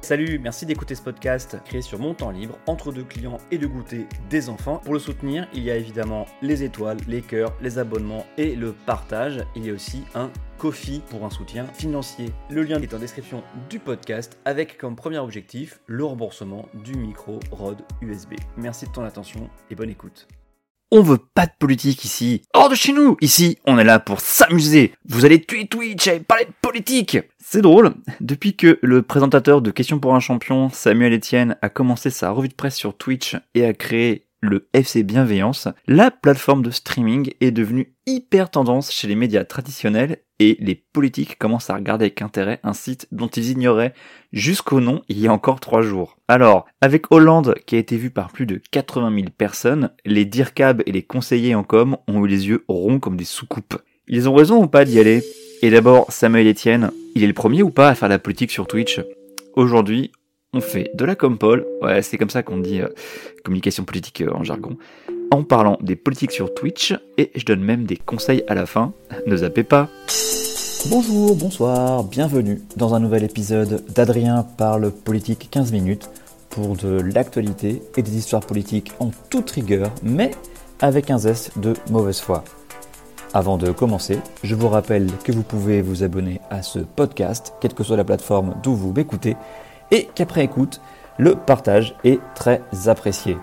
Salut, merci d'écouter ce podcast créé sur mon temps libre, entre deux clients et de goûter des enfants. Pour le soutenir, il y a évidemment les étoiles, les cœurs, les abonnements et le partage. Il y a aussi un Ko-fi pour un soutien financier. Le lien est en description du podcast avec comme premier objectif le remboursement du micro Rode USB. Merci de ton attention et bonne écoute. On veut pas de politique ici. Hors de chez nous. Ici, on est là pour s'amuser. Vous allez tuer Twitch et parler de politique. C'est drôle. Depuis que le présentateur de Questions pour un champion, Samuel Etienne, a commencé sa revue de presse sur Twitch et a créé le FC Bienveillance, la plateforme de streaming est devenue hyper tendance chez les médias traditionnels et les politiques commencent à regarder avec intérêt un site dont ils ignoraient jusqu'au nom il y a encore 3 jours. Alors, avec Hollande qui a été vu par plus de 80 000 personnes, les DIRCAB et les conseillers en com ont eu les yeux ronds comme des soucoupes. Ils ont raison ou pas d'y aller? Et d'abord, Samuel Etienne, il est le premier ou pas à faire de la politique sur Twitch? Aujourd'hui, on fait de la compole, ouais c'est comme ça qu'on dit communication politique en jargon, en parlant des politiques sur Twitch, et je donne même des conseils à la fin, ne zappez pas. Bonjour, bonsoir, bienvenue dans un nouvel épisode d'Adrien parle politique 15 minutes pour de l'actualité et des histoires politiques en toute rigueur, mais avec un zeste de mauvaise foi. Avant de commencer, je vous rappelle que vous pouvez vous abonner à ce podcast, quelle que soit la plateforme d'où vous m'écoutez, et qu'après écoute, le partage est très apprécié.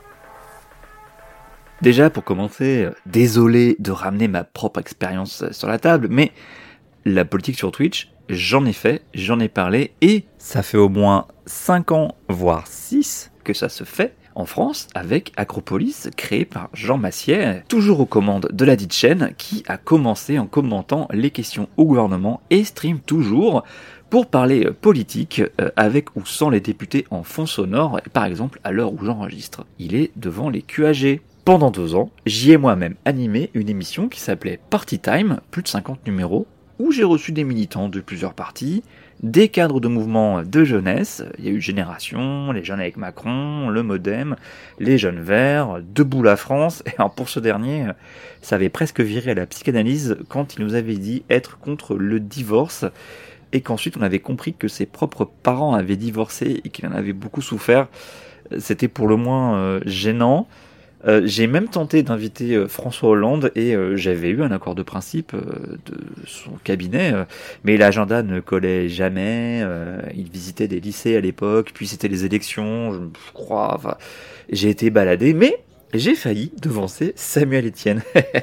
Déjà pour commencer, désolé de ramener ma propre expérience sur la table, mais la politique sur Twitch, j'en ai fait, j'en ai parlé, et ça fait au moins 5 ans, voire 6 que ça se fait en France avec Acropolis, créé par Jean Massier, toujours aux commandes de la dite chaîne, qui a commencé en commentant les questions au gouvernement et stream toujours pour parler politique avec ou sans les députés en fond sonore, par exemple à l'heure où j'enregistre. Il est devant les QAG. Pendant 2 ans, j'y ai moi-même animé une émission qui s'appelait Party Time, plus de 50 numéros, où j'ai reçu des militants de plusieurs partis, des cadres de mouvements de jeunesse, il y a eu Génération, les jeunes avec Macron, le Modem, les jeunes verts, Debout la France, et alors pour ce dernier, ça avait presque viré à la psychanalyse quand il nous avait dit être contre le divorce, et qu'ensuite on avait compris que ses propres parents avaient divorcé et qu'il en avait beaucoup souffert. C'était pour le moins gênant. J'ai même tenté d'inviter François Hollande et j'avais eu un accord de principe de son cabinet, mais l'agenda ne collait jamais, il visitait des lycées à l'époque, puis c'était les élections, je crois, enfin, j'ai été baladé, mais j'ai failli devancer Samuel Etienne.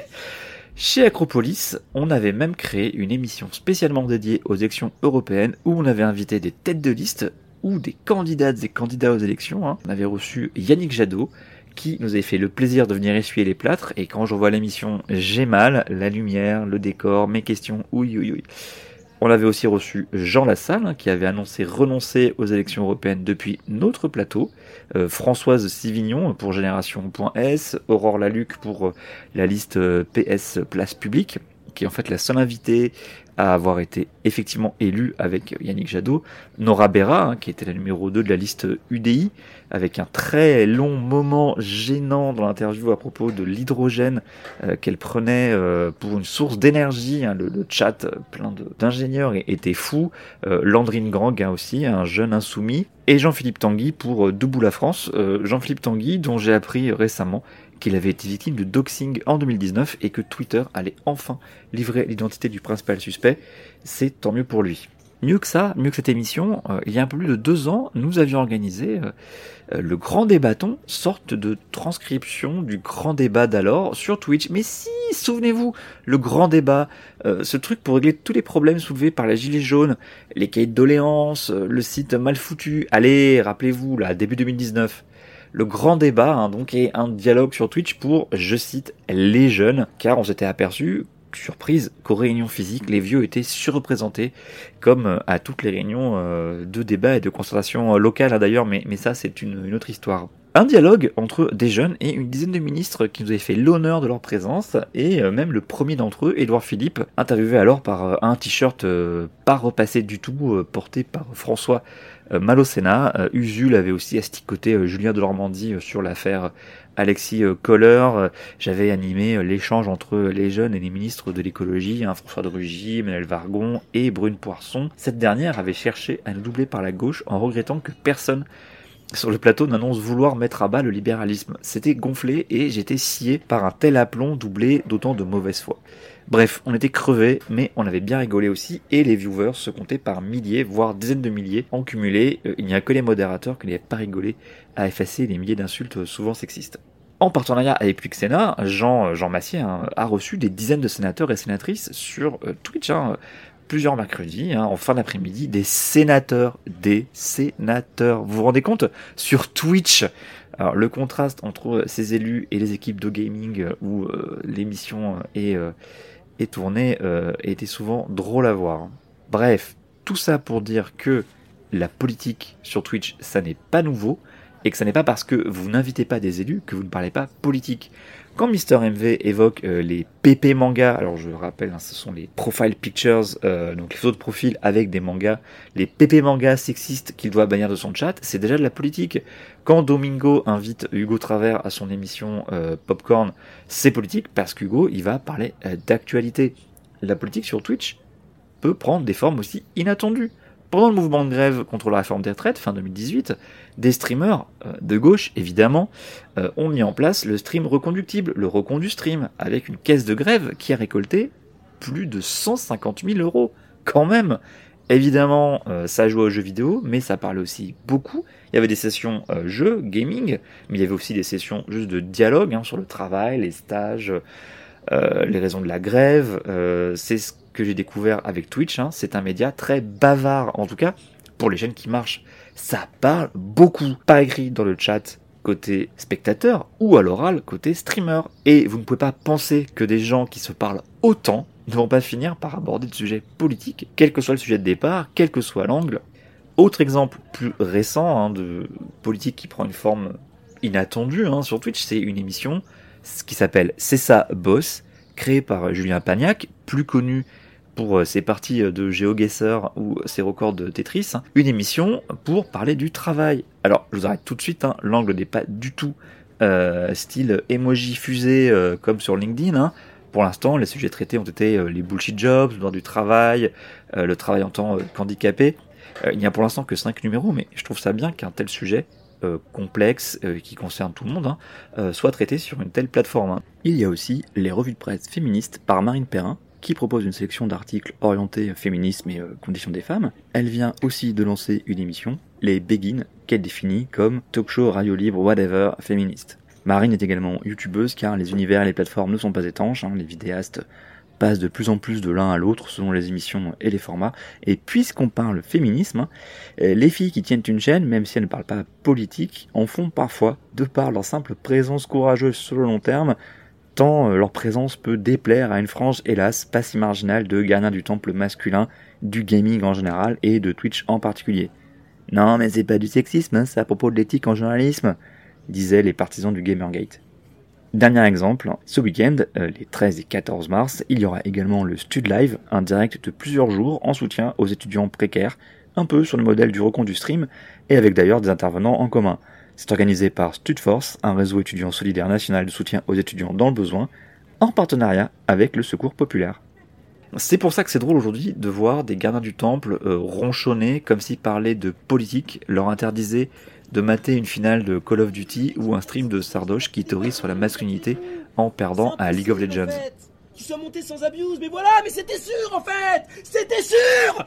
Chez Acropolis, on avait même créé une émission spécialement dédiée aux élections européennes où on avait invité des têtes de liste ou des candidates et candidats aux élections. On avait reçu Yannick Jadot, qui nous avait fait le plaisir de venir essuyer les plâtres, et quand je revois l'émission, j'ai mal, la lumière, le décor, mes questions, oui. On avait aussi reçu Jean Lassalle, qui avait annoncé renoncer aux élections européennes depuis notre plateau, Françoise Sivignon pour Génération.s, Aurore Laluc pour la liste PS Place Publique, qui est en fait la seule invitée à avoir été effectivement élue avec Yannick Jadot, Nora Berra, qui était la numéro 2 de la liste UDI, avec un très long moment gênant dans l'interview à propos de l'hydrogène qu'elle prenait pour une source d'énergie. Le chat plein d'ingénieurs était fou. Landrine Grang aussi, un jeune insoumis. Et Jean-Philippe Tanguy pour Debout la France. Jean-Philippe Tanguy, dont j'ai appris récemment qu'il avait été victime de doxing en 2019 et que Twitter allait enfin livrer l'identité du principal suspect. C'est tant mieux pour lui. Mieux que ça, mieux que cette émission, il y a un peu plus de 2 ans, nous avions organisé le Grand Débatton, sorte de transcription du Grand Débat d'alors sur Twitch. Mais si, souvenez-vous, le Grand Débat, ce truc pour régler tous les problèmes soulevés par la Gilets jaunes, les cahiers de doléances, le site mal foutu. Allez, rappelez-vous, là, début 2019. Le Grand Débat, donc, est un dialogue sur Twitch pour, je cite, les jeunes, car on s'était aperçu, surprise, qu'aux réunions physiques, les vieux étaient surreprésentés, comme à toutes les réunions de débat et de concertation locale, d'ailleurs, mais ça, c'est une autre histoire. un dialogue entre des jeunes et une dizaine de ministres qui nous avaient fait l'honneur de leur présence, et même le premier d'entre eux, Édouard Philippe, interviewé alors par un t-shirt pas repassé du tout, porté par François Malocena. Usul avait aussi asticoté Julien de Normandie sur l'affaire Alexis Kohler. J'avais animé l'échange entre les jeunes et les ministres de l'écologie, François de Rugy, Emmanuel Vargon et Brune Poirson. Cette dernière avait cherché à nous doubler par la gauche en regrettant que personne sur le plateau n'annonce vouloir mettre à bas le libéralisme. C'était gonflé et j'étais scié par un tel aplomb doublé d'autant de mauvaise foi. Bref, on était crevés, mais on avait bien rigolé aussi, et les viewers se comptaient par milliers, voire dizaines de milliers en cumulé. Il n'y a que les modérateurs qui n'avaient pas rigolé à effacer les milliers d'insultes souvent sexistes. En partenariat avec Public Sénat, Jean Massier a reçu des dizaines de sénateurs et sénatrices sur Twitch, plusieurs mercredis, en fin d'après-midi, des sénateurs. Vous vous rendez compte ? Sur Twitch. Alors le contraste entre ces élus et les équipes de gaming où l'émission est tournée était souvent drôle à voir. Bref, tout ça pour dire que la politique sur Twitch, ça n'est pas nouveau, et que ça n'est pas parce que vous n'invitez pas des élus que vous ne parlez pas politique. Quand Mister MV évoque les PP mangas, alors je rappelle, ce sont les profile pictures, donc les photos de profil avec des mangas, les PP mangas sexistes qu'il doit bannir de son chat, c'est déjà de la politique. Quand Domingo invite Hugo Travers à son émission Popcorn, c'est politique parce qu'Hugo, il va parler d'actualité. La politique sur Twitch peut prendre des formes aussi inattendues. Pendant le mouvement de grève contre la réforme des retraites, fin 2018, des streamers de gauche, évidemment, ont mis en place le stream reconductible, le recondu stream, avec une caisse de grève qui a récolté plus de 150 000 €. Quand même. Évidemment, ça jouait aux jeux vidéo, mais ça parlait aussi beaucoup. Il y avait des sessions jeux, gaming, mais il y avait aussi des sessions juste de dialogue sur le travail, les stages, les raisons de la grève. C'est ce que j'ai découvert avec Twitch. C'est un média très bavard, en tout cas pour les chaînes qui marchent. Ça parle beaucoup, pas écrit dans le chat côté spectateur ou à l'oral côté streamer. Et vous ne pouvez pas penser que des gens qui se parlent autant ne vont pas finir par aborder de sujets politiques, quel que soit le sujet de départ, quel que soit l'angle. Autre exemple plus récent de politique qui prend une forme inattendue sur Twitch, c'est une émission qui s'appelle C'est ça Boss, créée par Julien Pagnac, plus connu pour ses parties de GeoGuessr ou ses records de Tetris, une émission pour parler du travail. Alors, je vous arrête tout de suite, l'angle n'est pas du tout style emoji fusée comme sur LinkedIn. Pour l'instant, les sujets traités ont été les bullshit jobs, le droit du travail, le travail en tant qu'handicapé. Il n'y a pour l'instant que 5 numéros, mais je trouve ça bien qu'un tel sujet complexe, qui concerne tout le monde, soit traité sur une telle plateforme. Il y a aussi les revues de presse féministes par Marine Perrin, qui propose une sélection d'articles orientés féminisme et conditions des femmes. Elle vient aussi de lancer une émission, les Begin, qu'elle définit comme talk show, radio libre, whatever, féministe. Marine est également youtubeuse car les univers et les plateformes ne sont pas étanches, les vidéastes passent de plus en plus de l'un à l'autre selon les émissions et les formats, et puisqu'on parle féminisme, les filles qui tiennent une chaîne, même si elles ne parlent pas politique, en font parfois, de par leur simple présence courageuse sur le long terme, tant leur présence peut déplaire à une frange, hélas, pas si marginale de gardiens du temple masculin, du gaming en général et de Twitch en particulier. Non mais c'est pas du sexisme, c'est à propos de l'éthique en journalisme, disaient les partisans du Gamergate. Dernier exemple, ce week-end, les 13 et 14 mars, il y aura également le Stud Live, un direct de plusieurs jours en soutien aux étudiants précaires, un peu sur le modèle du recondu stream, et avec d'ailleurs des intervenants en commun. C'est organisé par Studforce, un réseau étudiant solidaire national de soutien aux étudiants dans le besoin, en partenariat avec le Secours Populaire. C'est pour ça que c'est drôle aujourd'hui de voir des gardiens du temple ronchonner comme si parler de politique leur interdisait de mater une finale de Call of Duty ou un stream de Sardoche qui théorise sur la masculinité en perdant à League of Legends. Qu'ils soient montés sans abuse, mais voilà, mais c'était sûr en fait. C'était sûr.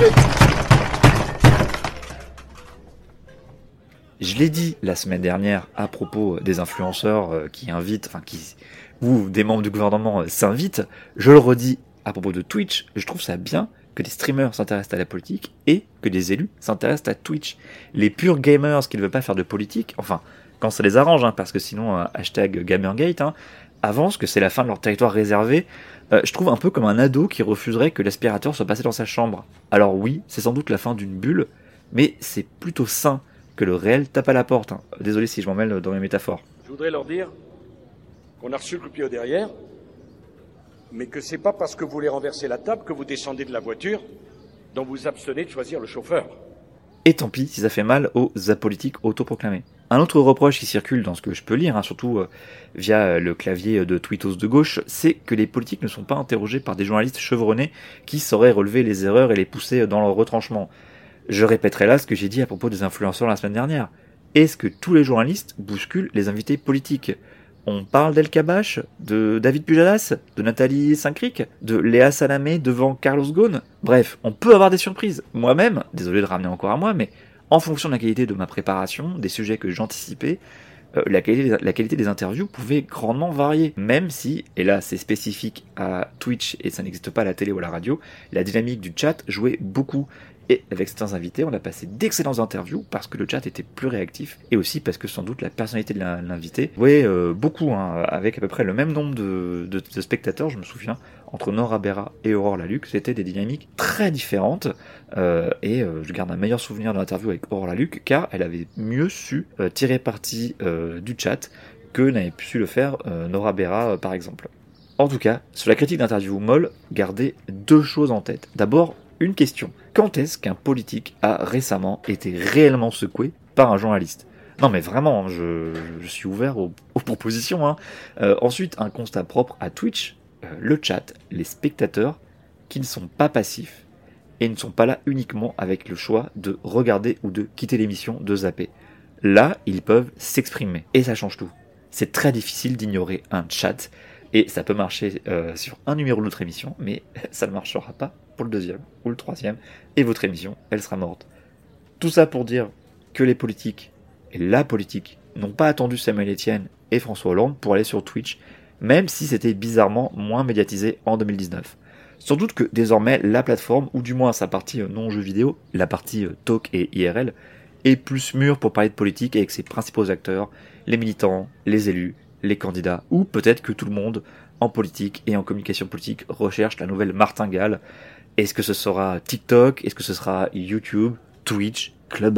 Je l'ai dit la semaine dernière à propos des influenceurs qui invitent, ou des membres du gouvernement s'invitent. Je le redis à propos de Twitch. Je trouve ça bien que des streamers s'intéressent à la politique et que des élus s'intéressent à Twitch. Les purs gamers qui ne veulent pas faire de politique, quand ça les arrange, parce que sinon, hashtag Gamergate, avancent que c'est la fin de leur territoire réservé. Je trouve un peu comme un ado qui refuserait que l'aspirateur soit passé dans sa chambre. Alors oui, c'est sans doute la fin d'une bulle, mais c'est plutôt sain que le réel tape à la porte. Désolé si je m'en mêle dans mes métaphores. Je voudrais leur dire qu'on a reçu le coup de pied au derrière, mais que c'est pas parce que vous voulez renverser la table que vous descendez de la voiture dont vous abstenez de choisir le chauffeur. Et tant pis si ça fait mal aux apolitiques autoproclamés. Un autre reproche qui circule dans ce que je peux lire, surtout via le clavier de tweetos de gauche, c'est que les politiques ne sont pas interrogés par des journalistes chevronnés qui sauraient relever les erreurs et les pousser dans leur retranchement. Je répéterai là ce que j'ai dit à propos des influenceurs la semaine dernière. Est-ce que tous les journalistes bousculent les invités politiques ? On parle d'El Kabash, de David Pujadas, de Nathalie Saint-Cric, de Léa Salamé devant Carlos Ghosn. Bref, on peut avoir des surprises. Moi-même, désolé de ramener encore à moi, mais en fonction de la qualité de ma préparation, des sujets que j'anticipais, la qualité des interviews pouvait grandement varier. Même si, et là c'est spécifique à Twitch et ça n'existe pas à la télé ou à la radio, la dynamique du chat jouait beaucoup. Et avec certains invités, on a passé d'excellentes interviews parce que le chat était plus réactif et aussi parce que sans doute la personnalité de l'invité jouait beaucoup, avec à peu près le même nombre de spectateurs, je me souviens, entre Nora Berra et Aurore Laluc. C'était des dynamiques très différentes et je garde un meilleur souvenir de l'interview avec Aurore Laluc car elle avait mieux su tirer parti du chat que n'avait su le faire Nora Berra par exemple. En tout cas, sur la critique d'interview molle, gardez deux choses en tête. D'abord, une question. Quand est-ce qu'un politique a récemment été réellement secoué par un journaliste ? Non mais vraiment, je suis ouvert aux propositions. Ensuite, un constat propre à Twitch, le chat, les spectateurs qui ne sont pas passifs et ne sont pas là uniquement avec le choix de regarder ou de quitter l'émission, de zapper. Là, ils peuvent s'exprimer et ça change tout. C'est très difficile d'ignorer un chat et ça peut marcher sur un numéro de notre émission, mais ça ne marchera pas pour le deuxième ou le troisième, et votre émission, elle sera morte. Tout ça pour dire que les politiques, et la politique, n'ont pas attendu Samuel Etienne et François Hollande pour aller sur Twitch, même si c'était bizarrement moins médiatisé en 2019. Sans doute que désormais, la plateforme, ou du moins sa partie non-jeu vidéo, la partie talk et IRL, est plus mûre pour parler de politique avec ses principaux acteurs, les militants, les élus, les candidats, ou peut-être que tout le monde, en politique et en communication politique, recherche la nouvelle martingale. Est-ce que ce sera TikTok ? Est-ce que ce sera YouTube, Twitch, Clubhouse ?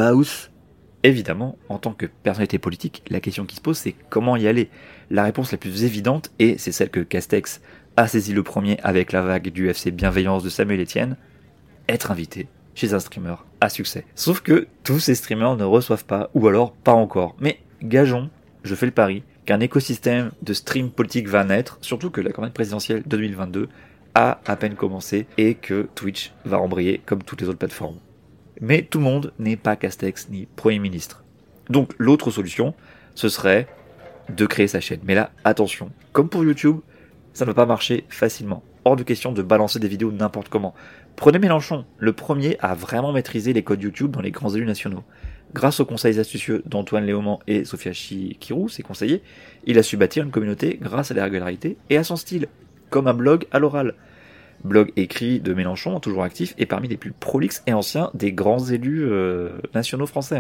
Évidemment, en tant que personnalité politique, la question qui se pose, c'est comment y aller ? La réponse la plus évidente, et c'est celle que Castex a saisie le premier avec la vague du UFC Bienveillance de Samuel Etienne, être invité chez un streamer à succès. Sauf que tous ces streamers ne reçoivent pas, ou alors pas encore. Mais gageons, je fais le pari, qu'un écosystème de stream politique va naître, surtout que la campagne présidentielle de 2022 a à peine commencé et que Twitch va embrayer comme toutes les autres plateformes. Mais tout le monde n'est pas Castex ni Premier ministre. Donc l'autre solution, ce serait de créer sa chaîne. Mais là, attention, comme pour YouTube, ça ne va pas marcher facilement. Hors de question de balancer des vidéos n'importe comment. Prenez Mélenchon, le premier à vraiment maîtriser les codes YouTube dans les grands élus nationaux. Grâce aux conseils astucieux d'Antoine Léaumont et Sophia Chikirou, ses conseillers, il a su bâtir une communauté grâce à la régularité et à son style, comme un blog à l'oral. Blog écrit de Mélenchon, toujours actif, et parmi les plus prolixes et anciens des grands élus nationaux français.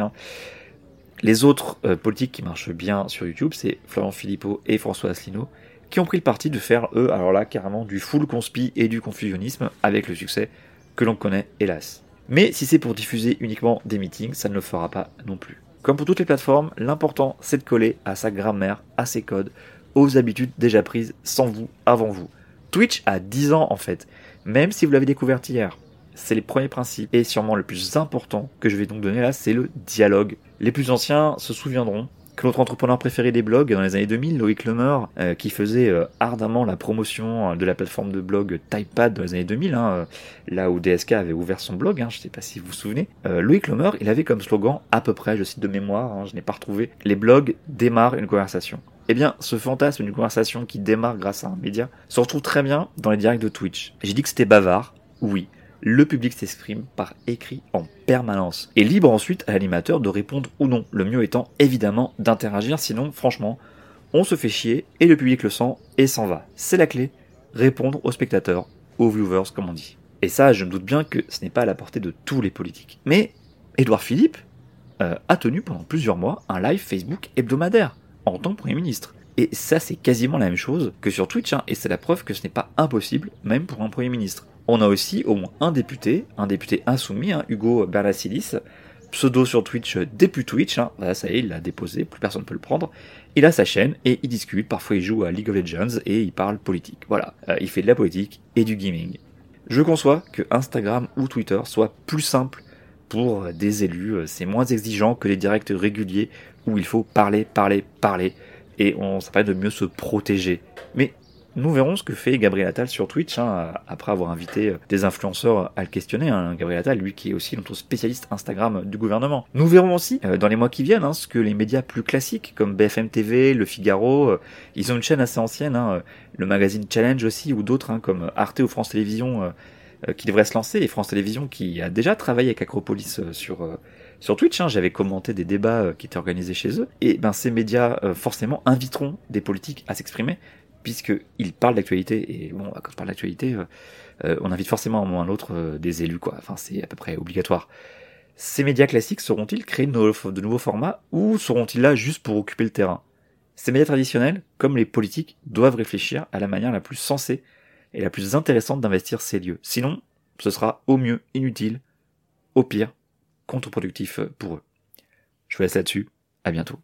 Les autres politiques qui marchent bien sur YouTube, c'est Florian Philippot et François Asselineau, qui ont pris le parti de faire, eux, alors là, carrément du full conspi et du confusionnisme, avec le succès que l'on connaît, hélas. Mais si c'est pour diffuser uniquement des meetings, ça ne le fera pas non plus. Comme pour toutes les plateformes, l'important, c'est de coller à sa grammaire, à ses codes, aux habitudes déjà prises sans vous, avant vous. Twitch a 10 ans en fait, même si vous l'avez découvert hier. C'est les premiers principes, et sûrement le plus important que je vais donc donner là, c'est le dialogue. Les plus anciens se souviendront que notre entrepreneur préféré des blogs dans les années 2000, Loïc Lemer, qui faisait ardemment la promotion de la plateforme de blog Typepad dans les années 2000, là où DSK avait ouvert son blog, je ne sais pas si vous vous souvenez. Loïc Lemer, il avait comme slogan, à peu près, je cite de mémoire, je n'ai pas retrouvé, les blogs démarrent une conversation. Eh bien, ce fantasme d'une conversation qui démarre grâce à un média se retrouve très bien dans les directs de Twitch. J'ai dit que c'était bavard, oui. Le public s'exprime par écrit en permanence. Et libre ensuite à l'animateur de répondre ou non. Le mieux étant évidemment d'interagir, sinon franchement, on se fait chier et le public le sent et s'en va. C'est la clé, répondre aux spectateurs, aux viewers comme on dit. Et ça, je me doute bien que ce n'est pas à la portée de tous les politiques. Mais Édouard Philippe a tenu pendant plusieurs mois un live Facebook hebdomadaire en tant que Premier ministre. Et ça, c'est quasiment la même chose que sur Twitch, et c'est la preuve que ce n'est pas impossible, même pour un Premier ministre. On a aussi au moins un député insoumis, Hugo Bernasilis, pseudo sur Twitch début Twitch, hein. Voilà, ça y est, il l'a déposé, plus personne ne peut le prendre. Il a sa chaîne et il discute, parfois il joue à League of Legends et il parle politique. Voilà, il fait de la politique et du gaming. Je conçois que Instagram ou Twitter soit plus simple pour des élus, c'est moins exigeant que les directs réguliers où il faut parler, et ça permet de mieux se protéger. Mais nous verrons ce que fait Gabriel Attal sur Twitch, hein, après avoir invité des influenceurs à le questionner. Hein. Gabriel Attal, lui qui est aussi notre spécialiste Instagram du gouvernement. Nous verrons aussi, dans les mois qui viennent, hein, ce que les médias plus classiques, comme BFM TV, Le Figaro, ils ont une chaîne assez ancienne, hein, le magazine Challenge aussi, ou d'autres, hein, comme Arte ou France Télévisions, qui devraient se lancer, et France Télévisions qui a déjà travaillé avec Acropolis sur Twitch, hein, j'avais commenté des débats qui étaient organisés chez eux, et ben ces médias forcément inviteront des politiques à s'exprimer, puisqu'ils parlent d'actualité, et bon, quand on parle d'actualité, on invite forcément à un moment ou à l'autre des élus, quoi. Enfin, c'est à peu près obligatoire. Ces médias classiques sauront-ils créer de nouveaux formats, ou seront-ils là juste pour occuper le terrain ? Ces médias traditionnels, comme les politiques, doivent réfléchir à la manière la plus sensée et la plus intéressante d'investir ces lieux. Sinon, ce sera au mieux inutile, au pire, contre-productif pour eux. Je vous laisse là-dessus, à bientôt.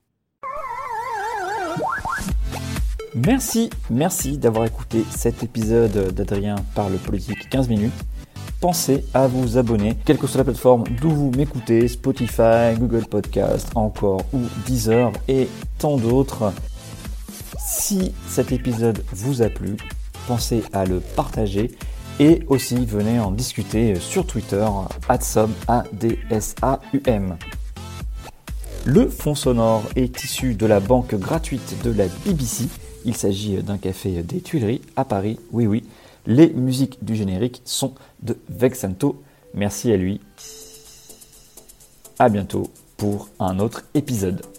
Merci d'avoir écouté cet épisode d'Adrien parle politique 15 minutes. Pensez à vous abonner, quelle que soit la plateforme d'où vous m'écoutez, Spotify, Google Podcast, encore ou Deezer et tant d'autres. Si cet épisode vous a plu, pensez à le partager et aussi venez en discuter sur Twitter, @SAUM. Le fond sonore est issu de la banque gratuite de la BBC. Il s'agit d'un café des Tuileries à Paris. Oui, les musiques du générique sont de Vexanto. Merci à lui. À bientôt pour un autre épisode.